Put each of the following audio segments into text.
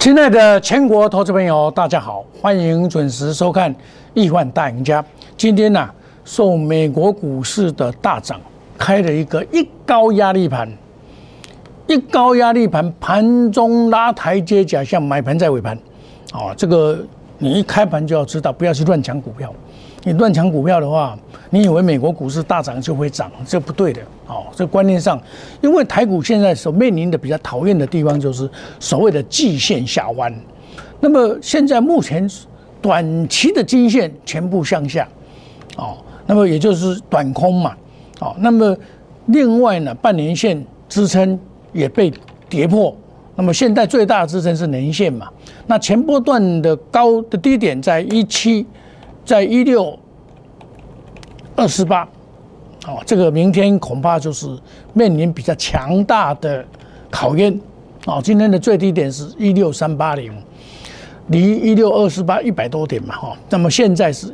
亲爱的全国投资朋友，大家好，欢迎准时收看《亿万大赢家》。今天呢，受美国股市的大涨，开了一个一高压力盘，盘中拉台阶假象，买盘在尾盘。这个你一开盘就要知道，不要去乱抢股票。你乱抢股票的话，你以为美国股市大涨就会涨，这不对的。这观念上，因为台股现在所面临的比较讨厌的地方就是所谓的季线下弯。那么现在目前短期的均线全部向下，那么也就是短空嘛。那么另外呢，半年线支撑也被跌破。那么现在最大的支撑是年线嘛？那前波段的高的低点在17。在16248，这个明天恐怕就是面临比较强大的考验。今天的最低点是16380，离16248 100多点嘛，那么现在是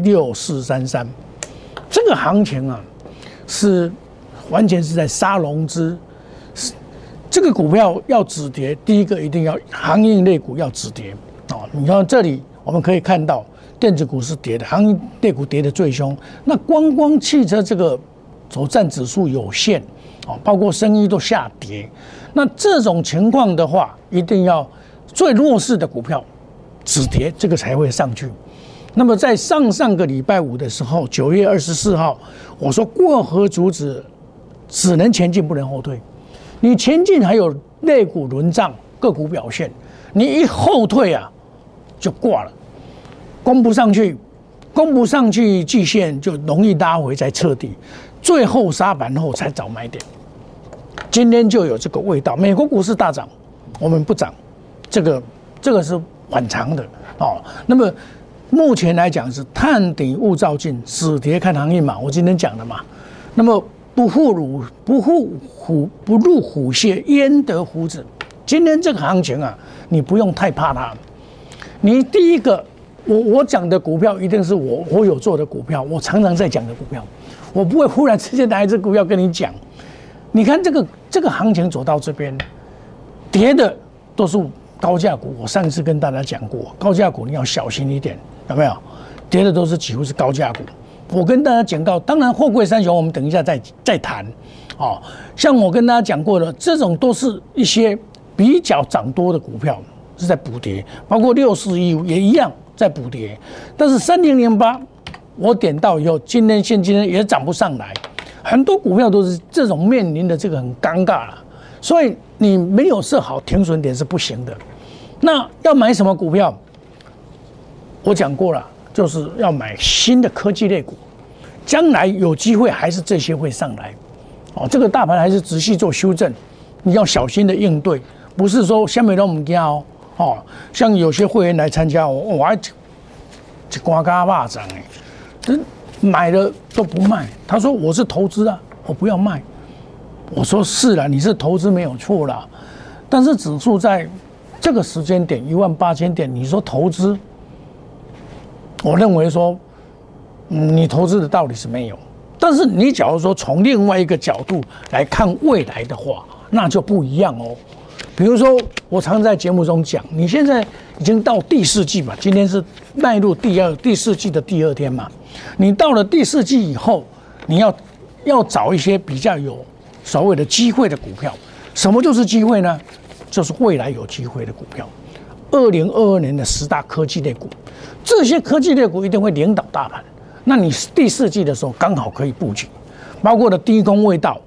16433，这个行情啊，是完全是在杀融资。这个股票要止跌，第一个一定要航运类股要止跌。你看这里我们可以看到。电子股是跌的，航运类股跌的最凶。那观光汽车这个所占指数有限，包括生意都下跌。那这种情况的话，一定要最弱势的股票止跌，这个才会上去。那么在上个礼拜五的时候，9月24号，我说过河卒子只能前进不能后退。你前进还有类股轮涨，个股表现，你一后退啊，就挂了。攻不上去，季线就容易拉回再彻底，最后杀盘后才找买点。今天就有这个味道。美国股市大涨，我们不涨，这个是反常的那么目前来讲是探底勿照进，死跌看行业嘛，我今天讲的嘛。那么不入虎穴，焉得虎子？今天这个行情啊，你不用太怕它。你第一个。我讲的股票一定是我有做的股票，我常常在讲的股票，我不会忽然之间拿一只股票跟你讲。你看这个行情走到这边，跌的都是高价股。我上次跟大家讲过，高价股你要小心一点，有没有？跌的都是几乎是高价股。我跟大家警告，当然货柜三雄我们等一下再谈。像我跟大家讲过的，这种都是一些比较涨多的股票是在补跌，包括6415也一样。在补跌，但是3008我点到以后，今天也涨不上来，很多股票都是这种面临的这个很尴尬了，所以你没有设好停损点是不行的。那要买什么股票？我讲过了，就是要买新的科技类股，将来有机会还是这些会上来。这个大盘还是仔细做修正，你要小心的应对，不是说下面都唔惊像有些会员来参加我还一瓜嘎巴掌买了都不卖。他说我是投资啊，我不要卖。我说是啦，你是投资没有错啦，但是指数在这个时间点18000点，你说投资，我认为说，你投资的道理是没有。但是你假如说从另外一个角度来看未来的话，那就不一样哦。比如说，我常在节目中讲，你现在已经到第4季嘛，今天是迈入第4季的第2天嘛。你到了第4季以后，你要找一些比较有所谓的机会的股票。什么就是机会呢？就是未来有机会的股票。2022年的10大科技类股，这些科技类股一定会领导大盘。那你第4季的时候刚好可以布局，包括了低空卫道，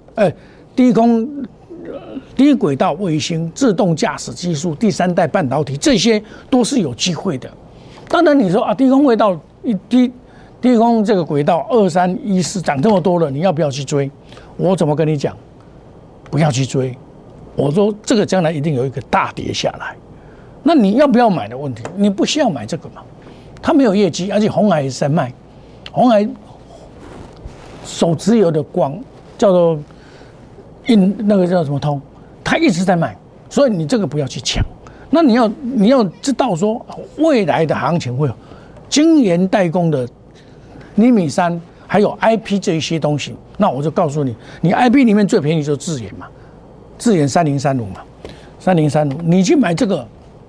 低轨道卫星、自动驾驶技术、第3代半导体，这些都是有机会的。当然，你说啊，低空卫道、低空这个轨道2314涨这么多了，你要不要去追？我怎么跟你讲？不要去追。我说这个将来一定有一个大跌下来，那你要不要买的问题？你不需要买这个嘛？它没有业绩，而且鸿海也是在卖，鸿海手持有的光叫做那个叫什么通。他一直在卖，所以你这个不要去抢。那你要知道说，未来的行情会有晶圆代工的尼米3，还有 IP 这一些东西。那我就告诉你，你 IP 里面最便宜就是智研嘛，智研3035嘛，3035，你去买这个，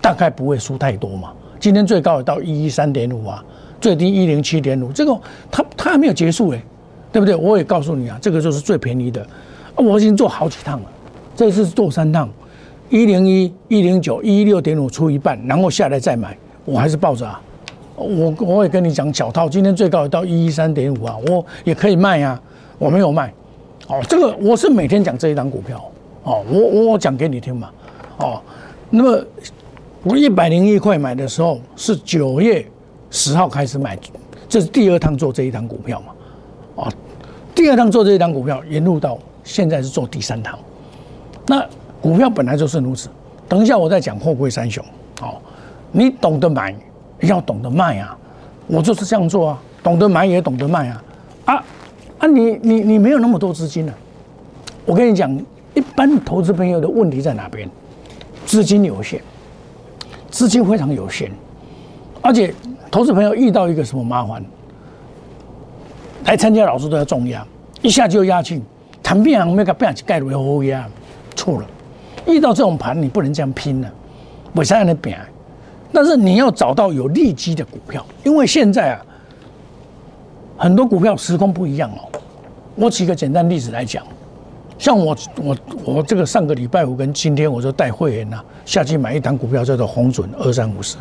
大概不会输太多嘛。今天最高有到113.5啊，最低107.5，这个它还没有结束嘞，对不对？我也告诉你啊，这个就是最便宜的，我已经做好几趟了，这次做3趟，101、109、116.5出一半，然后下来再买，我还是抱着啊。我也跟你讲，小套今天最高有到113.5啊，我也可以卖啊，我没有卖。哦，这个我是每天讲这一档股票，哦，我讲给你听嘛，哦，那么我101块买的时候是9月10号开始买，这是第2趟做这一档股票嘛，哦，第2趟做这一档股票，沿路到现在是做第3趟，那股票本来就是如此。等一下我再讲货柜三雄，哦，你懂得买。要懂得卖啊，我就是这样做啊，懂得买也懂得卖啊，你没有那么多资金啊，我跟你讲，一般投资朋友的问题在哪边？资金有限，资金非常有限，而且投资朋友遇到一个什么麻烦？来参加老师都要重压，一下就压进，谈变行那个变盖为后压，错了。遇到这种盘，你不能这样拼了，为啥要那变？但是你要找到有利基的股票，因为现在啊，很多股票时空不一样哦。我举个简单例子来讲，像我这个上个礼拜五跟今天，我就带会员下去买一档股票，叫做鸿准2354，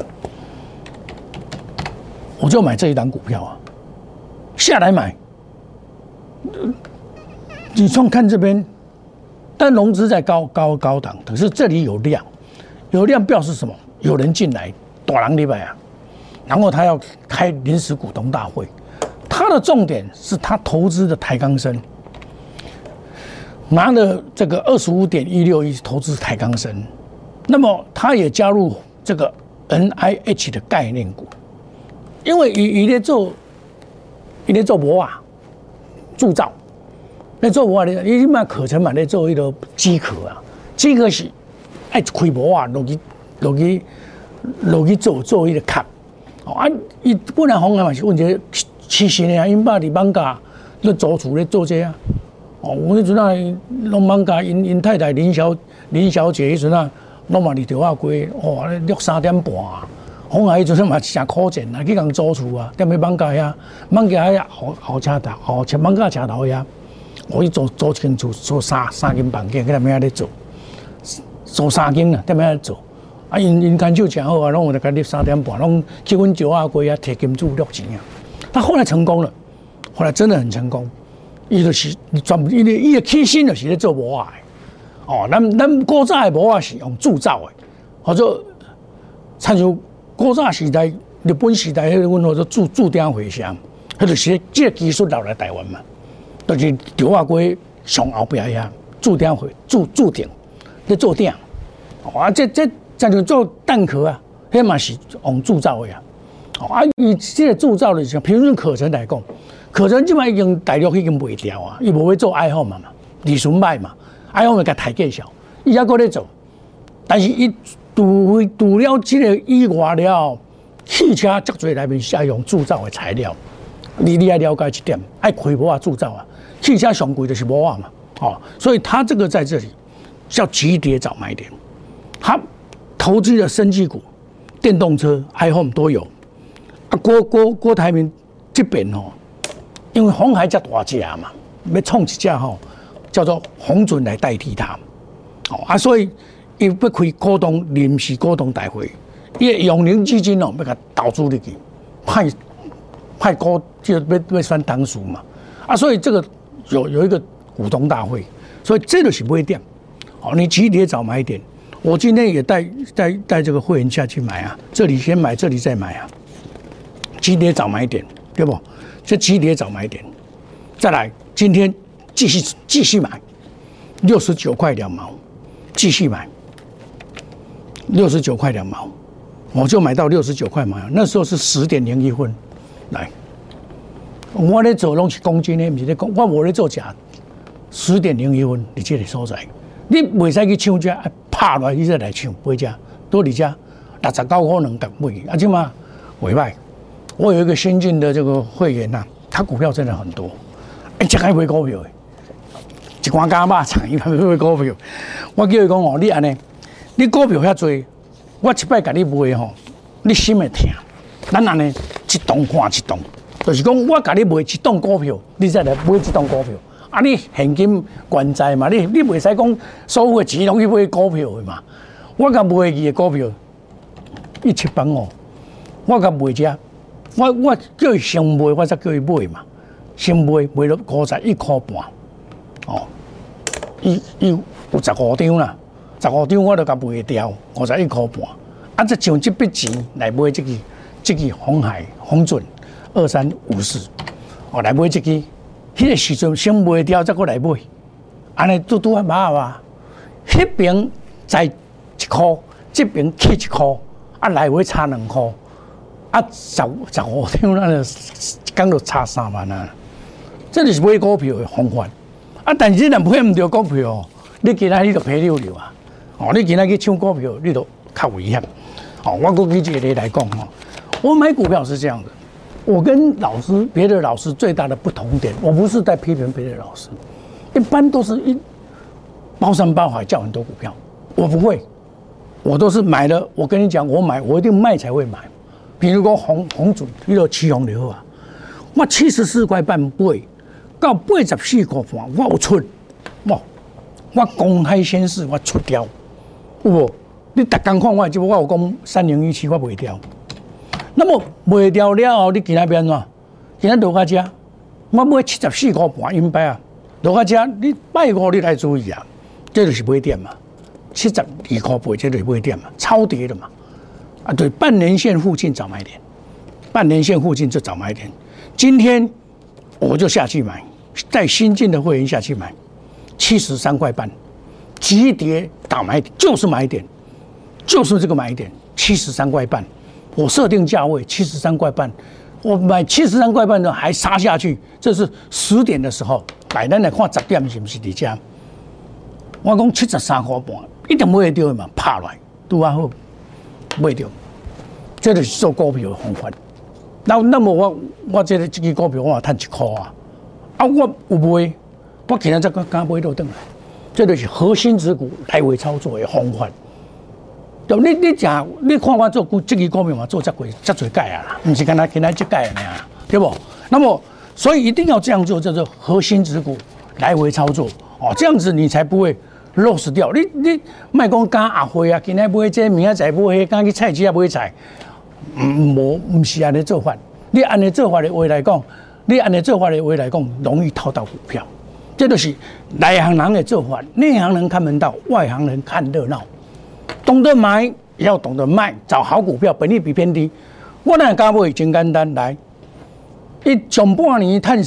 我就买这一档股票啊，下来买。你从看这边，但融资在高档，可是这里有量，有量表示什么？有人进来。大人礼拜啊，然后他要开临时股东大会，他的重点是他投资的台钢生，拿了这个25.161投资台钢生，那么他也加入这个 NIH 的概念股，因为伊咧做膜啊，铸造，咧做膜啊，你嘛课程嘛咧做迄个机壳啊，机壳是爱开膜啊，落去做迄个壳，啊，伊本来红海嘛是问一个70年啊，因爸伫网家咧租厝咧做这啊，哦，我迄阵啊，拢网家因太太林小姐迄阵啊，拢嘛伫条仔街，哦，6、3点半啊，红海迄阵嘛是诚可怜啊，去共租厝啊，踮喺网家遐，网家遐后车头，网家车头遐，我去租间厝，租三间房间，去踮遐咧做，租3间啦，踮遐咧做。啊，因感受真好啊，拢有在甲3点半，拢去阮石仔街啊，摕金主录钱啊。他后来成功了，后来真的很成功。伊就是伊的起薪就是咧做膜啊的。哦，咱古早的膜啊是用铸造的，或者参像古早时代、日本时代，阮叫做铸鼎回乡，迄就是这个技术留来台湾嘛，就是石仔街上后壁遐铸鼎咧做鼎。啊，这像做蛋壳啊，迄嘛是用铸造的啊。啊，以这个铸造的时候，比如说课程来讲，课程即摆已经大陆已经卖掉啊，伊无要做 iPhone 嘛，利润歹嘛 ，iPhone 会甲抬价小，伊还搁咧做，但是伊除了这个以外了，汽车足侪内面是爱用铸造的材料，你要了解这点，爱开模啊铸造啊，汽车上贵就是模啊嘛，哦，所以它这个在这里叫急跌早买点，它投资的生技股、电动车、iPhone 都有。啊，郭台铭这边哦，因为鸿海遮大只嘛，要创一只吼，叫做鸿准来代替它。哦啊，所以伊要开股东临时股东大会，伊的永龄基金哦要甲投资入去，派股就要选董事嘛。啊，所以这个有一个股东大会，所以这个是买点。哦，你急跌早买点。我今天也带这个会员下去买啊，这里先买，这里再买啊，急跌早买点，对不？这急跌早买点，再来，今天继续买，69块2毛，继续买，69块2毛，我就买到69块2毛，那时候是10.01分，来，我咧做拢是公斤的，不是咧讲，我无咧做假，10.01分，你这里所在，你袂使去抢价。拍落你再来抢买只，多你家69块2角买，啊，即嘛袂歹。我有一个先进的这个会员呐，他股票真的很多，这还买股票的，一罐加肉肠伊买股票。我叫伊讲哦，你安尼，你股票遐多， 我一摆甲你卖吼，你心会疼。咱安尼一档看一档，就是讲我甲你卖一档股票，你再来买一档股票。啊，你现金还债嘛？你袂使讲所有的钱拢去买股票的嘛？我甲卖伊的股票，175，我甲卖遮，我叫伊先卖，我才叫伊买嘛。先卖到51块半，哦，伊有15张啦，15张我都甲卖掉51块半。啊，再将这笔钱来买这个鸿准2354，哦，来买这个。迄个时阵先卖掉，再过来买，安尼拄啊麻啊！迄边在1块，这边起1块，啊来回差2块，啊15张那就讲就差3万啊！这就是买股票的方法。啊，但是你若买唔到股票，你今仔你就赔溜啊！哦，你今仔去抢股票，你就较危险。哦，我举一个例来讲哦，我买股票是这样的。我跟别的老师最大的不同点，我不是在批评别的老师，一般都是包山包海叫很多股票，我不会，我都是买了。我跟你讲，我一定卖才会买。比如讲红准，你都起红了啊，我74块半买，到84块半，我有出，我公开宣示我出掉，有无？你逐天看我节目，我有讲3017我卖掉。那么卖掉了后，你今仔变怎？今仔落到遮，我买74块半银币啊，落到遮，你拜五你来注意啊，这就是买点嘛，72块半这就是买点嘛，超跌的嘛，啊对，半年线附近找买点，半年线附近就找买点。今天我就下去买，带新进的会员下去买，73块半，急跌打买点，就是买点，就是这个买点，73块半。我设定价位73块半，我买73块半的还杀下去，这是10点的时候，来咱来看10点是不是伫遮？我讲73块半，一定买得到的嘛，拍来拄啊好，买到，这就是做股票的方法。那么我这个股票我也赚1块啊，我有买，我今日再敢买到转来，这就是核心持股来回操作的方法。就你看我做这个股票嘛，做这侪届啊啦，不是干那今仔这届尔，对不？那么所以一定要这样做，叫做核心持股来回操作哦，这样子你才不会 loss 掉。你卖讲敢阿辉啊，今仔买这，明仔再买迄，敢去菜市啊买菜，唔是安尼做法。你安尼做法的话来讲，容易套到股票。这就是内行人的做法，内行人看门道，外行人看热闹。懂得买也要懂得卖，找好股票，本益比偏低。我那敢买真简单，来，上半年赚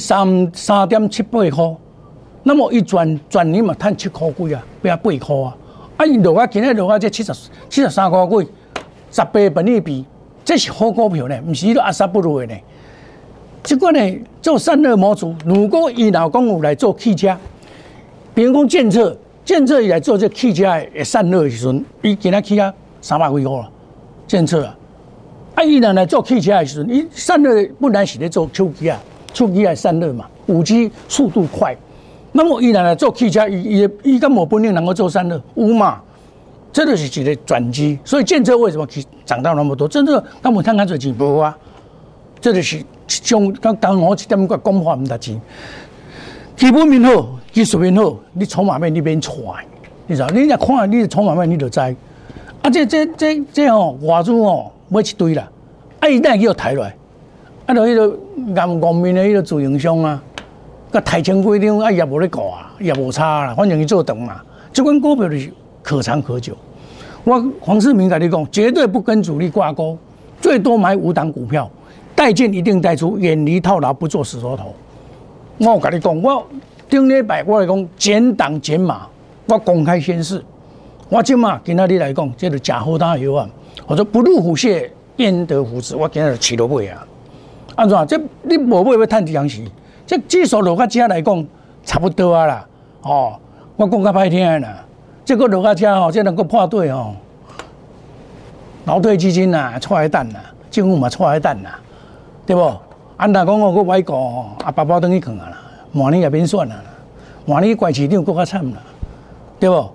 3.78块，那么转年嘛赚7块几啊，不要8块啊。伊落啊，今日落啊，这73块几，10倍本益比，这是好股票呢，不是阿萨不如的呢。这个呢，做散热模组，如果伊老公有来做汽车，比如讲建设伊来做这汽车的散热的时阵，伊今仔起啊300几块了，建设啊，伊若来做汽车的时阵，伊散热本来是咧做手机的散热嘛，5G 速度快，那么伊若来做汽车，伊敢无本领能够做散热？有嘛？这就是一个转机。所以建设为什么涨到那么多？真的敢无赚较侪钱无啊？这就是像刚我一点个讲法唔值钱。基本面好，技术面好，你筹码面你免揣，你知道？你若看你筹码面，你就知。啊，这哦，外资哦买一堆啦，啊，伊等下去又抬落来，啊，就迄个颜面的迄个自营商啊，甲抬前几张啊，也无咧搞啊，也无差啦，反正伊做长嘛。这款股票就是可长可久。我黄世明跟你讲，绝对不跟主力挂钩，最多买5档股票，带进一定带出，远离套牢，不做死多头。我有跟你讲，我顶礼拜我来讲减档减码，我公开宣示，我今嘛今仔日来讲，这个假好大油啊，或者不入虎穴焉得虎子，我今日起落买啊。安怎？这你无买要赚几样时？这技术落到遮来讲差不多啊啦。哦，我讲较歹听的啦，这个落到遮哦，这能够破对哦，劳退基金呐，错一蛋呐，政府嘛错一蛋呐，对不？安若讲我歪股吼，啊包包等去囥啊啦，明年也免选啦，明年怪市场更较惨啦，对不？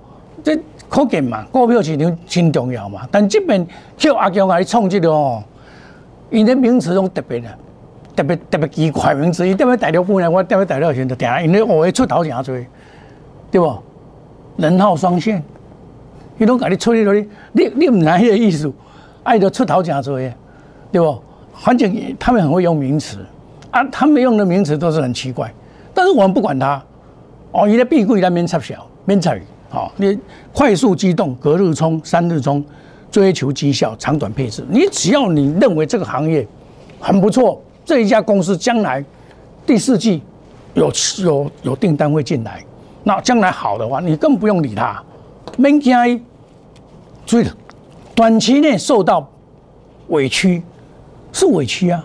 这可见嘛，股票市场真重要嘛。但这边叫阿强来创这个哦，伊的名词拢特别啊，特别奇怪名词。伊踮咧大陆本来我踮咧大陆时就定，因为学的出头诚多，对不？人号双线，伊拢甲你出去你唔知迄个意思，伊就出头诚多，对不？反正他们很会用名词啊，他们用的名词都是很奇怪，但是我们不管它。哦，伊咧避贵咱免插小，免参与。好，你快速机动、隔日冲、3日冲，追求绩效、长短配置。你只要你认为这个行业很不错，这一家公司将来第4季有订单会进来，那将来好的话，你更不用理它，免惊伊。所以短期内受到委屈是委屈啊，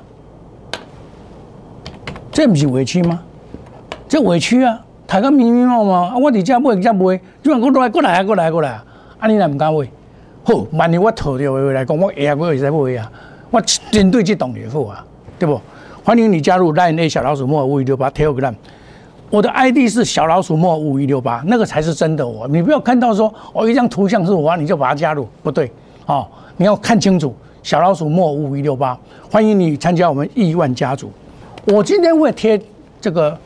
这不是委屈吗？这委屈啊！大家迷迷茫茫啊！我伫遮买，遮卖，即晚过来啊！啊，你若唔敢买，好，万一我套着话来讲，我下我会使买啊！我针对这档就好啊，对不？欢迎你加入 LINE@ 小老鼠莫5168 Telegram， 我的 ID 是小老鼠莫5168，那个才是真的我。你不要看到说一张图像是我，你就把它加入，不对，哦，你要看清楚，小老鼠莫5168，欢迎你参加我们亿万家族。我今天会贴这个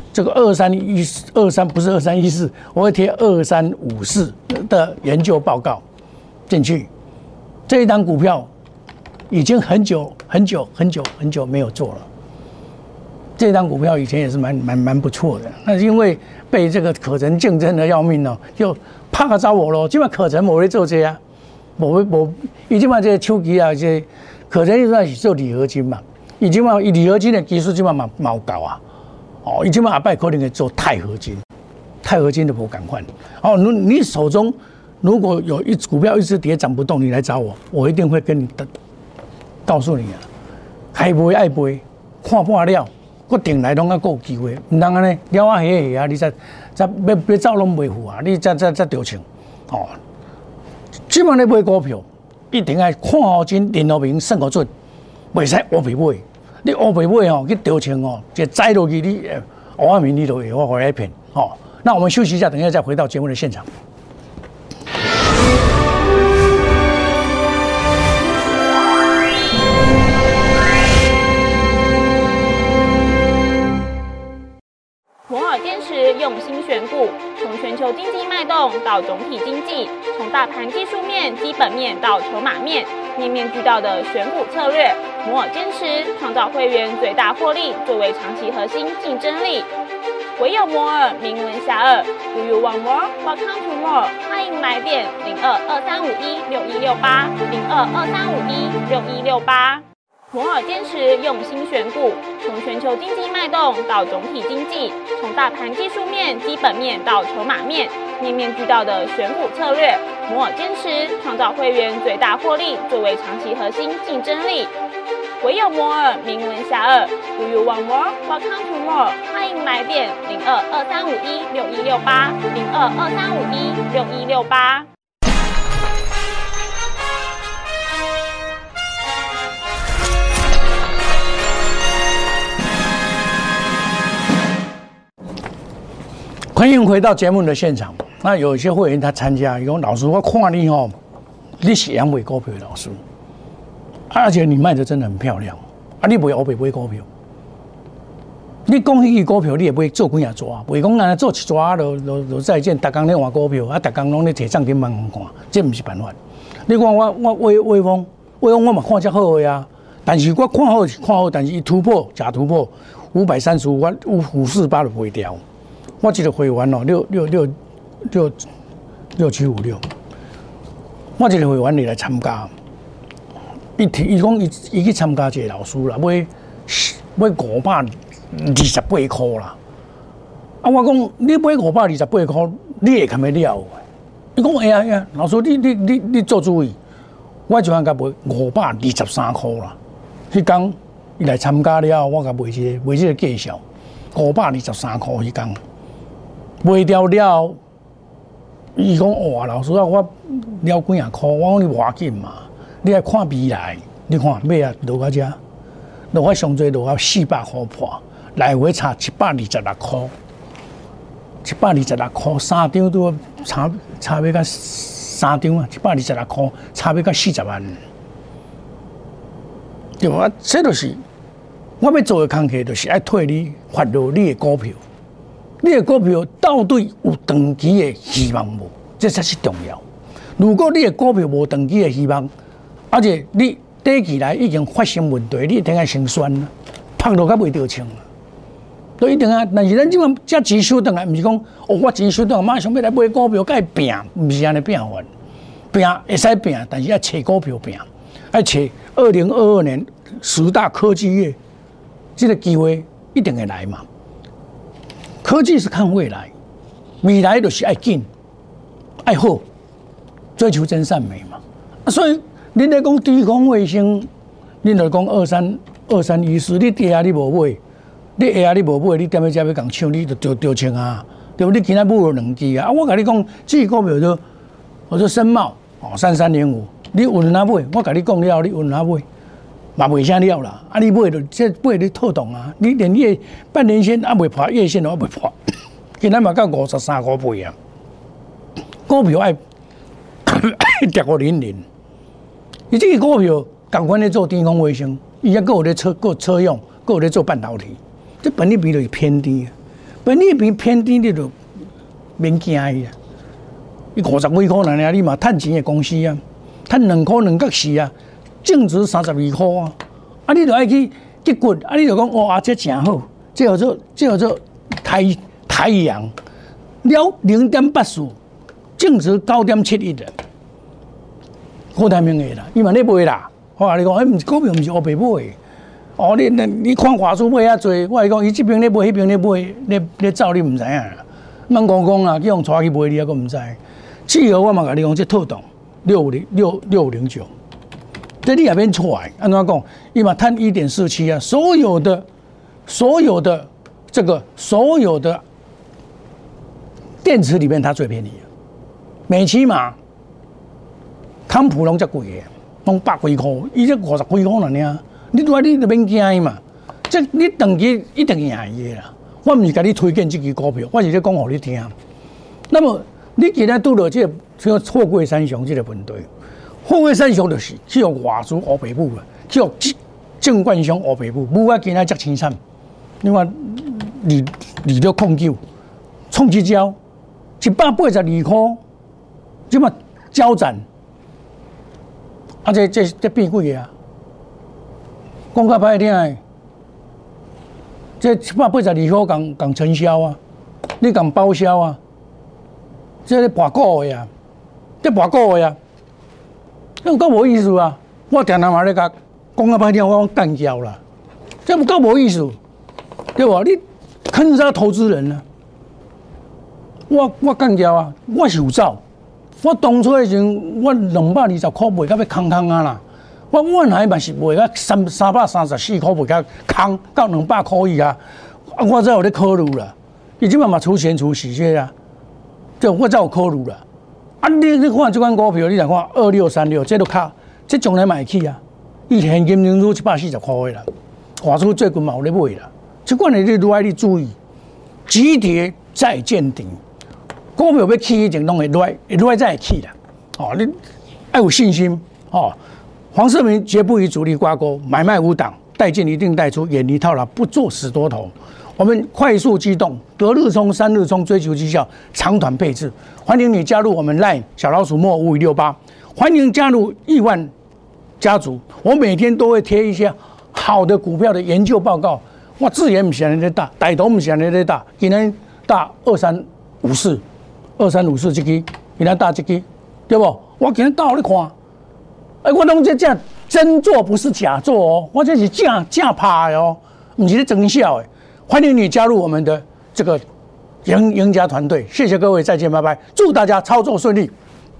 23不是2314，我会贴2354的研究报告进去。这一档股票已经很久没有做了。这一档股票以前也是蛮不错的，那是因为被这个可成竞争的要命哦，就拍个招我咯。基本可成无咧做这啊，无，伊基本这个手机啊，这可成应该是做铝合金嘛，伊基本铝合金的技术基本嘛有够啊。哦，伊即马下摆可能会做钛合金，钛合金的无赶快。哦，你手中如果有股票一直跌涨不动，你来找我，我一定会跟你告诉你啊，该买爱买，看半了，我定来拢啊够有机会，唔通安尼了啊下啊，你再要走拢袂赴啊，你再着情。哦，即马咧买股票，一定要看好真，认好明，算好准，袂使乌白买。你乌白买吼，去调情哦，就栽落去你乌阿明你都会我来骗哦。那我们休息一下，等一下再回到节目的现场。 摩尔坚持用心选股，从全球经济脉动到总体经济，从大盘技术面、基本面到筹码面，面面俱到的选股策略。摩尔坚持创造会员最大获利，作为长期核心竞争力。唯有摩尔名闻遐迩。Do you want more? Welcome to more。欢迎来电02-2351-6168 02-2351-6168。摩尔坚持用心选股，从全球经济脉动到总体经济，从大盘技术面、基本面到筹码面，面面俱到的选股策略。摩尔坚持创造会员最大获利，作为长期核心竞争力。唯有摩尔名闻遐迩。Do you want more? Welcome to more。欢迎来电02-2351-6168 02-2351-6168。 欢迎回到节目的现场。那有一些会员他参加，伊讲老师，我看你哦，你是养买股票的老师，而且你卖的真的很漂亮，啊，你袂黑白买股票，你讲迄个股票，你也买做几啊抓，袂讲安尼做一抓就再见，逐工咧换股票，啊，逐工拢咧摕涨停板看，这不是办法。你看我威风我嘛看遮好个啊，但是我看好，但是伊突破假突破535，我548就袂掉。我一个会员哦，6756，我一个会员你来参加，伊讲伊去参加一个老师啦，买528块啦。啊，我讲你买528块，你会看要了？伊讲会啊，老师你做注意，我就按甲买523块啦。迄天伊来参加了，我甲卖这个介绍，523块迄天。卖掉了，伊讲哇，老师啊，我了几啊箍，我讲你无要紧嘛，你来看未来，你看买啊落到遮，落到上最落到400块破，来回差726块，3张都差差要到3张啊，126块，差要到40万，对吧？这就是我要做的工课，就是要替你发落你的股票，你的股票到底有长期的希望无？这才是重要。如果你的股票无长期的希望，而且你短期来已经发生问题，你一定要先选啦，拍落甲袂得清啦。都一定啊！但是咱即款只钱收倒来，毋是讲哦，我钱收倒来马上要来买股票，该拼，毋是安尼拼法。拼会使拼，但是要找股票拼，要找2022年10大科技业，这个机会一定会来嘛。科技是看未来，未来就是爱紧、爱好，追求真善美嘛。所以恁咧讲低空卫星，恁就讲2314，你跌啊你无买。你下你无买，你踮咧遮要共抢，你就清啊，对不？你今仔买了2支啊！我甲你讲，这股票就我说深茂哦，3305，你有哪买？我甲你讲了，你有哪买？嘛袂啥了啦！啊，你买就这买你套动啊！你连月半年线啊未破，月线都未破，今仔嘛到53块八啊！股票爱跌500，伊这个股票共款咧做低空卫星，伊还有咧车用，还有咧做半导体。这本利比就是偏低，本利比偏低，你就免惊伊啊！伊50几块尔，你嘛趁钱的公司啊，趁2块2角4啊，净值32块啊！啊，你就爱去掘，啊，你就讲哦啊，这真好，这叫做太阳了0.84，净值9.71的，郭台铭的啦，伊嘛咧买啦。我甲你讲，毋是股票，毋是黑白买的。哦，你看外资买遐济，我讲伊这边咧买，迄边咧买，咧走你毋知影。咱讲啊，叫人带去买你还佫毋知。契合我嘛甲你讲，这套动6509，这你也免错的。安怎讲？伊嘛趁1.47啊，所有的电池里面，它最便宜的。美骑马、康普拢遮贵的，拢100几块，伊这50几块尔。你拄仔你就免惊伊嘛，这你长期一定赢伊啦。我毋是甲你推荐这支股票，我是咧讲互你听。那么你今仔拄到这个货柜三雄这个问题，货柜三雄就是去互外资黑白母啦，去互证券商黑白母，母啊今仔遮凄惨。你看2609创一招182块，即嘛交战，啊这变几个啊？讲较歹听的，这182块共承销啊，你共包销啊，这咧博股的啊，这博股的啊，这有够无意思啊！我常常嘛咧甲讲较歹听，我讲干交啦，这有够无意思，对吧？你坑杀投资人啊！我干交啊，我是有走，我当初的时阵，我220块卖到要空啊啦。我原来嘛是卖到334块，卖到空到200块以啊！我才有咧考虑啦，伊即嘛出现出事些啊，这我才有考虑啦。啊，你看这款股票，你来看2636，这都卡，这将来买起啊！伊现金流入140块啦，外资最近嘛有咧买啦。这款的你都爱你注意，急跌再见顶，股票要起以前拢会落再会起啦。哦，你要有信心哦。黄世明绝不与主力挂钩，买卖无档，带进一定带出，远离套牢，不做死多头。我们快速机动，隔日冲、3日冲，追求绩效，长短配置。欢迎你加入我们 LINE 小老鼠莫5568，欢迎加入亿万家族。我每天都会贴一些好的股票的研究报告。我字也不是安尼咧打，大头不是安尼咧打，今天打2354这支，今天打这支，对不？我今天打互你看。我拢这真做不是假做哦，我这是正拍的哦，不是咧装笑的。欢迎你加入我们的这个赢家团队，谢谢各位，再见，拜拜，祝大家操作顺利。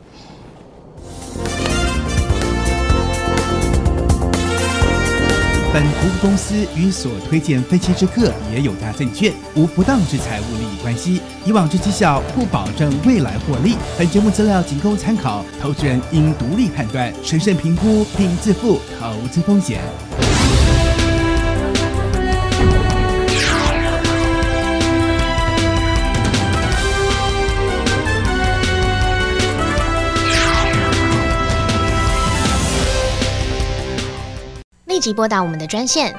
本服务公司与所推荐分期之客也有大证券无不当之财务利益关系，以往之绩效不保证未来获利。本节目资料仅供参考，投资人应独立判断、审慎评估并自负投资风险。 立即拨打我们的专线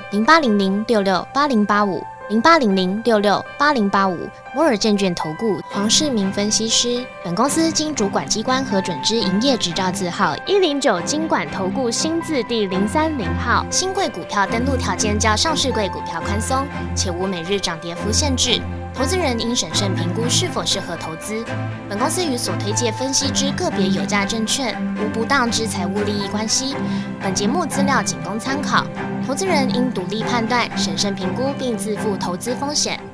0800668085。0800668085，摩尔证券投顾黄世明分析师。本公司经主管机关核准之营业执照字号109金管投顾新字第030号。新贵股票登录条件较上市贵股票宽松，且无每日涨跌幅限制。投资人应审慎评估是否适合投资。本公司与所推介分析之个别有价证券无不当之财务利益关系。本节目资料仅供参考，投资人应独立判断、审慎评估并自负投资风险。